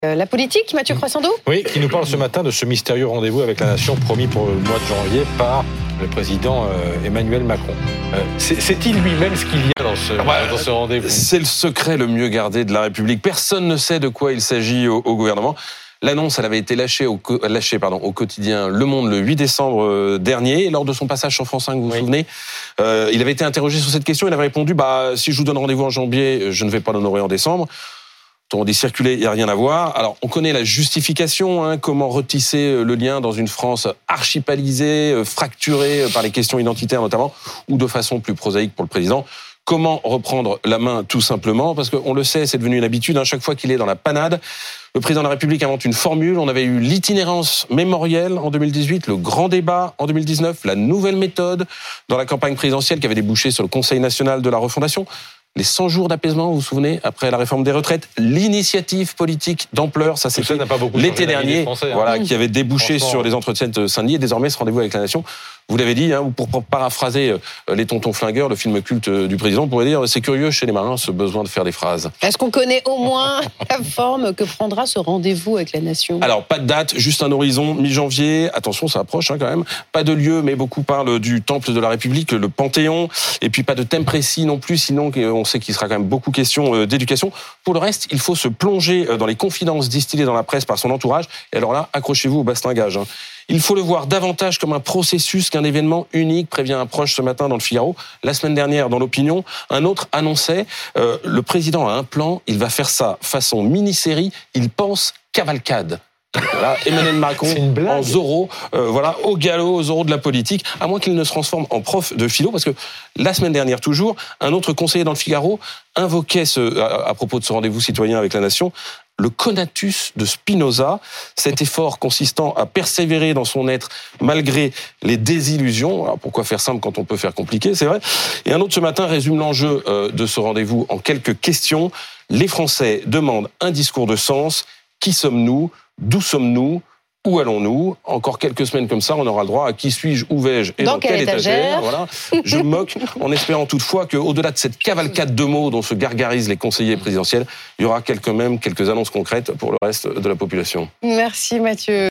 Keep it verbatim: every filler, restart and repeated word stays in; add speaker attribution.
Speaker 1: La politique, Mathieu Croissando ?
Speaker 2: Oui, qui nous parle ce matin de ce mystérieux rendez-vous avec la nation promis pour le mois de janvier par le président Emmanuel Macron. C'est-il lui-même ce qu'il y a dans ce, ouais, dans ce rendez-vous ?
Speaker 3: C'est le secret le mieux gardé de la République. Personne ne sait de quoi il s'agit au, au gouvernement. L'annonce, elle avait été lâchée, au, lâchée pardon, au quotidien Le Monde le huit décembre dernier. Et lors de son passage sur France cinq, vous vous oui. souvenez, euh, il avait été interrogé sur cette question. Il avait répondu bah, « Si je vous donne rendez-vous en janvier, je ne vais pas l'honorer en décembre ». On dit circuler, il n'y a rien à voir. Alors, on connaît la justification, hein, comment retisser le lien dans une France archipalisée, fracturée par les questions identitaires notamment, ou de façon plus prosaïque pour le président. Comment reprendre la main tout simplement ? Parce qu'on le sait, c'est devenu une habitude, hein, chaque fois qu'il est dans la panade, le président de la République invente une formule. On avait eu l'itinérance mémorielle en deux mille dix-huit, le grand débat en deux mille dix-neuf, la nouvelle méthode dans la campagne présidentielle qui avait débouché sur le Conseil national de la refondation. Les cent jours d'apaisement, vous vous souvenez, après la réforme des retraites, l'initiative politique d'ampleur, ça c'était l'été dernier, Français, hein. voilà, mmh. qui avait débouché sur les entretiens de Saint-Denis et désormais ce rendez-vous avec la nation. Vous l'avez dit, hein, pour paraphraser Les Tontons Flingueurs, le film culte du président, on pourrait dire c'est curieux chez les marins ce besoin de faire des phrases.
Speaker 1: Est-ce qu'on connaît au moins la forme que prendra ce rendez-vous avec la nation ?
Speaker 3: Alors, pas de date, juste un horizon, mi-janvier. Attention, ça approche hein, quand même. Pas de lieu, mais beaucoup parlent du Temple de la République, le Panthéon. Et puis pas de thème précis non plus, sinon on sait qu'il sera quand même beaucoup question d'éducation. Pour le reste, il faut se plonger dans les confidences distillées dans la presse par son entourage. Et alors là, accrochez-vous au bastingage. Hein. Il faut le voir davantage comme un processus qu'un événement unique, prévient un proche ce matin dans le Figaro. La semaine dernière, dans l'Opinion, un autre annonçait euh, le président a un plan, il va faire ça façon mini-série, il pense cavalcade. Voilà, Emmanuel Macron en Zorro, euh, voilà, au galop, au Zorro de la politique, à moins qu'il ne se transforme en prof de philo, parce que la semaine dernière toujours, un autre conseiller dans le Figaro invoquait ce, à, à propos de ce rendez-vous citoyen avec la nation, le conatus de Spinoza, cet effort consistant à persévérer dans son être malgré les désillusions. Alors pourquoi faire simple quand on peut faire compliqué, c'est vrai. Et un autre ce matin résume l'enjeu euh, de ce rendez-vous en quelques questions. Les Français demandent un discours de sens. Qui sommes-nous ? D'où sommes-nous ? Où allons-nous ? Encore quelques semaines comme ça, on aura le droit à qui suis-je, où vais-je et
Speaker 1: dans,
Speaker 3: dans
Speaker 1: quelle
Speaker 3: quelle étagère,
Speaker 1: étagère
Speaker 3: voilà. Je me moque en espérant toutefois qu'au-delà de cette cavalcade de mots dont se gargarisent les conseillers présidentiels, il y aura quelques même quelques annonces concrètes pour le reste de la population.
Speaker 1: Merci Mathieu.